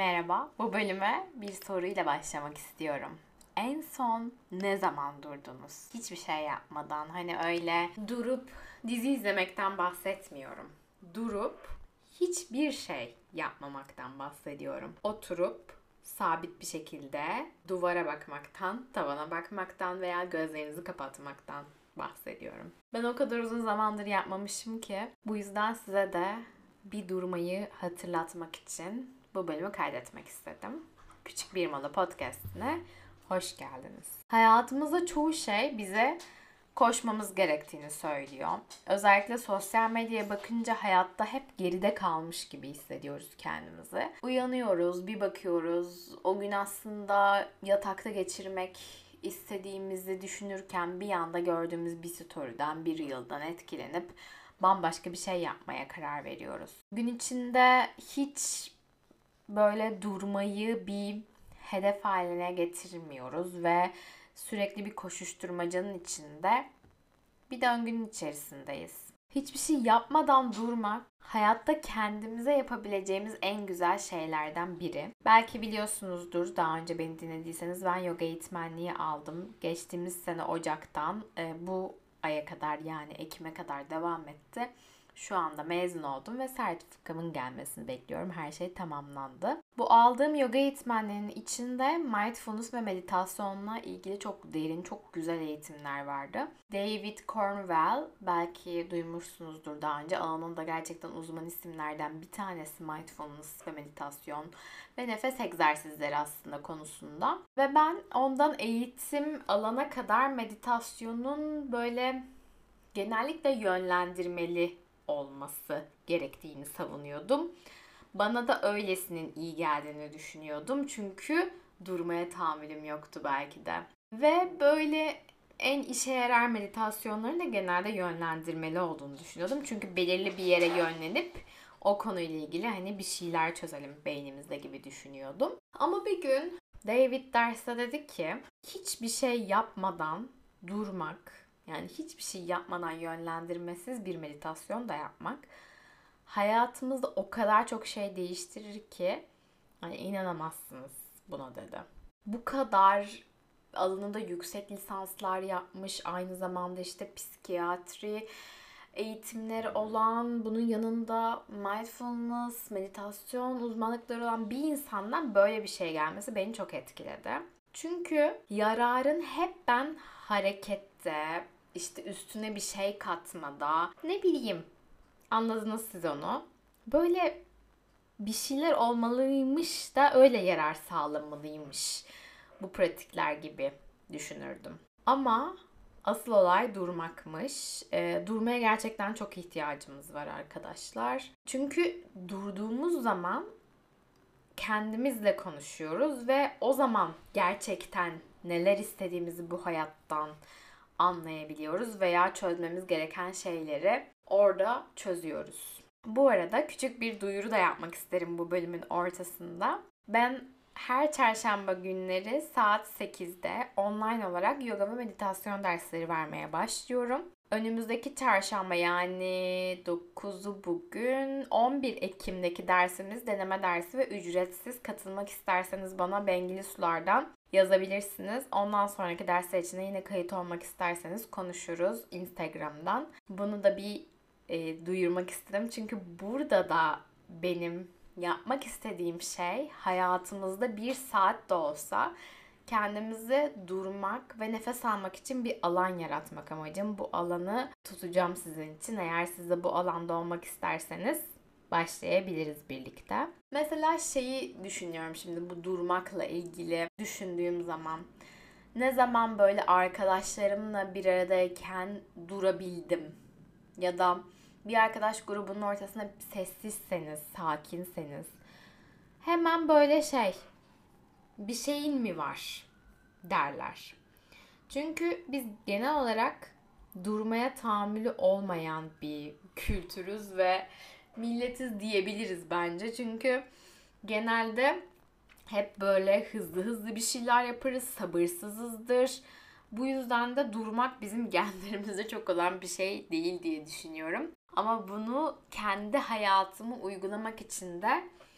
Merhaba, bu bölüme bir soruyla başlamak istiyorum. En son ne zaman durdunuz? Hiçbir şey yapmadan, hani öyle durup dizi izlemekten bahsetmiyorum. Durup hiçbir şey yapmamaktan bahsediyorum. Oturup sabit bir şekilde duvara bakmaktan, tavana bakmaktan veya gözlerinizi kapatmaktan bahsediyorum. Ben o kadar uzun zamandır yapmamışım ki bu yüzden size de bir durmayı hatırlatmak için bu bölümü kaydetmek istedim. Küçük Bir Mola Podcast'ine hoş geldiniz. Hayatımızda çoğu şey bize koşmamız gerektiğini söylüyor. Özellikle sosyal medyaya bakınca hayatta hep geride kalmış gibi hissediyoruz kendimizi. Uyanıyoruz, bir bakıyoruz. O gün aslında yatakta geçirmek istediğimizi düşünürken bir anda gördüğümüz bir story'den, bir yıldan etkilenip bambaşka bir şey yapmaya karar veriyoruz. Gün içinde hiç böyle durmayı bir hedef haline getirmiyoruz ve sürekli bir koşuşturmacanın içinde bir döngünün içerisindeyiz. Hiçbir şey yapmadan durmak hayatta kendimize yapabileceğimiz en güzel şeylerden biri. Belki biliyorsunuzdur, daha önce beni dinlediyseniz ben yoga eğitmenliği aldım. Geçtiğimiz sene Ocak'tan bu aya kadar, yani Ekim'e kadar devam etti. Şu anda mezun oldum ve sertifikamın gelmesini bekliyorum. Her şey tamamlandı. Bu aldığım yoga eğitmenliğinin içinde mindfulness ve meditasyonla ilgili çok derin, çok güzel eğitimler vardı. David Cornwell, belki duymuşsunuzdur daha önce. Alanında gerçekten uzman isimlerden bir tanesi mindfulness ve meditasyon ve nefes egzersizleri aslında konusunda. Ve ben ondan eğitim alana kadar meditasyonun böyle genellikle yönlendirmeli olması gerektiğini savunuyordum. Bana da öylesinin iyi geldiğini düşünüyordum. Çünkü durmaya tahammülüm yoktu belki de. Ve böyle en işe yarar meditasyonların da genelde yönlendirmeli olduğunu düşünüyordum. Çünkü belirli bir yere yönlenip o konuyla ilgili hani bir şeyler çözelim beynimizde gibi düşünüyordum. Ama bir gün David derste dedi ki hiçbir şey yapmadan durmak, yani hiçbir şey yapmadan yönlendirmesiz bir meditasyon da yapmak hayatımızda o kadar çok şey değiştirir ki hani inanamazsınız buna dedi. Bu kadar alanında yüksek lisanslar yapmış, aynı zamanda işte psikiyatri eğitimleri olan, bunun yanında mindfulness, meditasyon uzmanlıkları olan bir insandan böyle bir şey gelmesi beni çok etkiledi. Çünkü yararın hep ben harekette, işte üstüne bir şey katmada, ne bileyim, anladınız siz onu. Böyle bir şeyler olmalıymış da öyle yarar sağlamalıymış bu pratikler gibi düşünürdüm. Ama asıl olay durmakmış. Durmaya gerçekten çok ihtiyacımız var arkadaşlar. Çünkü durduğumuz zaman kendimizle konuşuyoruz ve o zaman gerçekten neler istediğimizi bu hayattan anlayabiliyoruz veya çözmemiz gereken şeyleri orada çözüyoruz. Bu arada küçük bir duyuru da yapmak isterim bu bölümün ortasında. Ben her çarşamba günleri saat 8'de online olarak yoga ve meditasyon dersleri vermeye başlıyorum. Önümüzdeki çarşamba, yani 9'u bugün, 11 Ekim'deki dersimiz deneme dersi ve ücretsiz. Katılmak isterseniz bana Bengili Sular'dan yazabilirsiniz. Ondan sonraki dersler için de yine kayıt olmak isterseniz konuşuruz Instagram'dan. Bunu da bir duyurmak istedim. Çünkü burada da benim yapmak istediğim şey hayatımızda bir saat de olsa kendimize durmak ve nefes almak için bir alan yaratmak amacım. Bu alanı tutacağım sizin için. Eğer siz de bu alanda olmak isterseniz başlayabiliriz birlikte. Mesela şeyi düşünüyorum şimdi, bu durmakla ilgili düşündüğüm zaman. Ne zaman böyle arkadaşlarımla bir aradayken durabildim? Ya da bir arkadaş grubunun ortasında sessizseniz, sakinseniz hemen böyle bir şeyin mi var derler. Çünkü biz genel olarak durmaya tahammülü olmayan bir kültürüz ve milletiz diyebiliriz bence. Çünkü genelde hep böyle hızlı hızlı bir şeyler yaparız, sabırsızızdır. Bu yüzden de durmak bizim genlerimizde çok olan bir şey değil diye düşünüyorum. Ama bunu kendi hayatıma uygulamak için de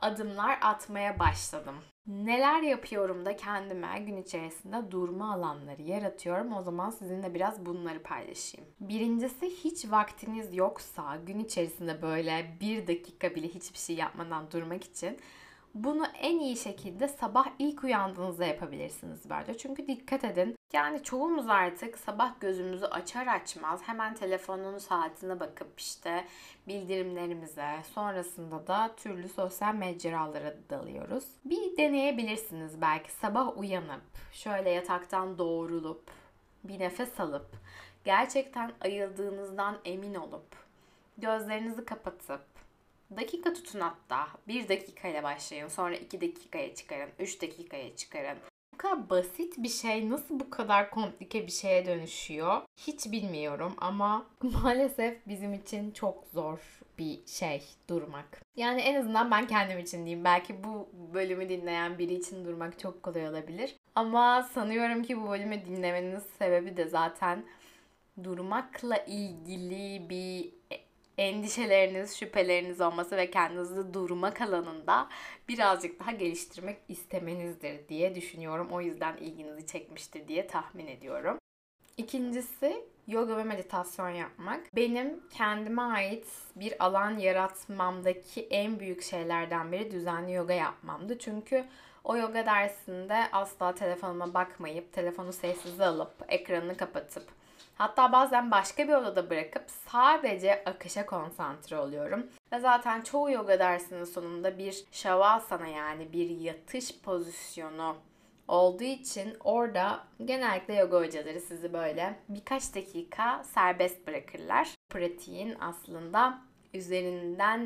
adımlar atmaya başladım. Neler yapıyorum da kendime gün içerisinde durma alanları yaratıyorum. O zaman sizinle biraz bunları paylaşayım. Birincisi, hiç vaktiniz yoksa gün içerisinde böyle 1 dakika bile hiçbir şey yapmadan durmak için bunu en iyi şekilde sabah ilk uyandığınızda yapabilirsiniz bence. Çünkü dikkat edin, yani çoğumuz artık sabah gözümüzü açar açmaz hemen telefonun saatine bakıp işte bildirimlerimize, sonrasında da türlü sosyal mecralara dalıyoruz. Bir deneyebilirsiniz belki sabah uyanıp, şöyle yataktan doğrulup, bir nefes alıp, gerçekten ayıldığınızdan emin olup, gözlerinizi kapatıp, dakika tutun hatta. 1 dakika ile başlayın. Sonra 2 dakikaya çıkarın. 3 dakikaya çıkarın. Bu kadar basit bir şey nasıl bu kadar komplike bir şeye dönüşüyor? Hiç bilmiyorum ama maalesef bizim için çok zor bir şey durmak. Yani en azından ben kendim için diyeyim. Belki bu bölümü dinleyen biri için durmak çok kolay olabilir. Ama sanıyorum ki bu bölümü dinlemenin sebebi de zaten durmakla ilgili bir endişeleriniz, şüpheleriniz olması ve kendinizi durmak alanında birazcık daha geliştirmek istemenizdir diye düşünüyorum. O yüzden ilginizi çekmiştir diye tahmin ediyorum. İkincisi, yoga ve meditasyon yapmak. Benim kendime ait bir alan yaratmamdaki en büyük şeylerden biri düzenli yoga yapmamdı. Çünkü o yoga dersinde asla telefonuma bakmayıp, telefonu sessize alıp, ekranını kapatıp, hatta bazen başka bir odada bırakıp sadece akışa konsantre oluyorum. Ve zaten çoğu yoga dersinin sonunda bir shavasana, yani bir yatış pozisyonu olduğu için orada genellikle yoga hocaları sizi böyle birkaç dakika serbest bırakırlar. Pratiğin aslında üzerinden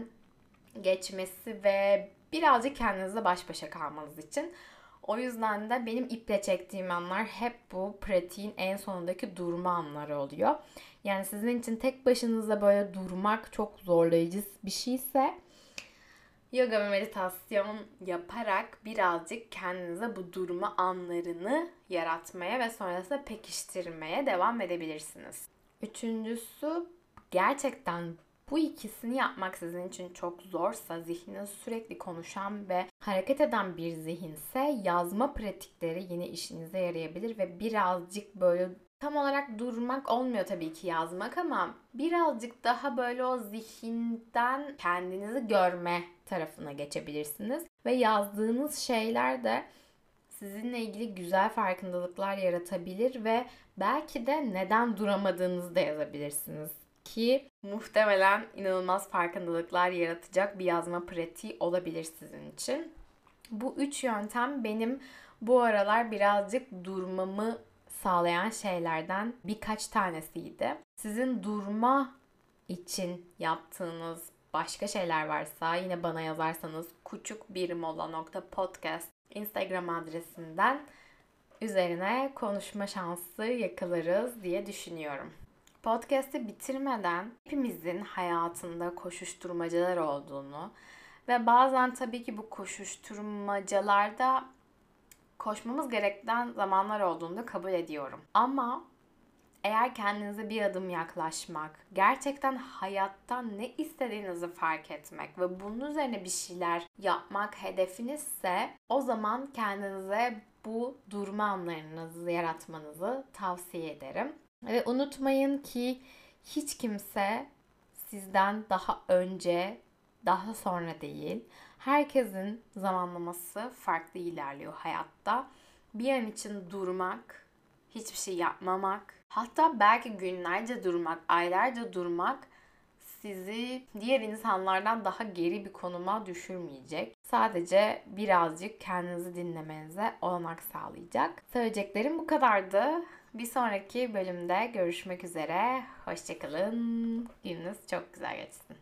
geçmesi ve birazcık kendinizle baş başa kalmanız için. O yüzden de benim iple çektiğim anlar hep bu pratiğin en sonundaki durma anları oluyor. Yani sizin için tek başınıza böyle durmak çok zorlayıcı bir şeyse, yoga ve meditasyon yaparak birazcık kendinize bu durma anlarını yaratmaya ve sonrasında pekiştirmeye devam edebilirsiniz. Üçüncüsü, gerçekten bu ikisini yapmak sizin için çok zorsa, zihniniz sürekli konuşan ve hareket eden bir zihinse, yazma pratikleri yine işinize yarayabilir ve birazcık böyle tam olarak durmak olmuyor tabii ki yazmak, ama birazcık daha böyle o zihinden kendinizi görme tarafına geçebilirsiniz. Ve yazdığınız şeyler de sizinle ilgili güzel farkındalıklar yaratabilir ve belki de neden duramadığınızı da yazabilirsiniz. Ki muhtemelen inanılmaz farkındalıklar yaratacak bir yazma pratiği olabilir sizin için. Bu 3 yöntem benim bu aralar birazcık durmamı sağlayan şeylerden birkaç tanesiydi. Sizin durma için yaptığınız başka şeyler varsa yine bana yazarsanız kuçukbirmola.podcast Instagram adresinden üzerine konuşma şansı yakalarız diye düşünüyorum. Podcast'ı bitirmeden hepimizin hayatında koşuşturmacalar olduğunu ve bazen tabii ki bu koşuşturmacalarda koşmamız gereken zamanlar olduğunu da kabul ediyorum. Ama eğer kendinize bir adım yaklaşmak, gerçekten hayattan ne istediğinizi fark etmek ve bunun üzerine bir şeyler yapmak hedefinizse, o zaman kendinize bu durma anlarınızı yaratmanızı tavsiye ederim. Ve unutmayın ki hiç kimse sizden daha önce, daha sonra değil. Herkesin zamanlaması farklı ilerliyor hayatta. Bir an için durmak, hiçbir şey yapmamak, hatta belki günlerce durmak, aylarca durmak sizi diğer insanlardan daha geri bir konuma düşürmeyecek. Sadece birazcık kendinizi dinlemenize olanak sağlayacak. Söyleyeceklerim bu kadardı. Bir sonraki bölümde görüşmek üzere. Hoşça kalın. Gününüz çok güzel geçsin.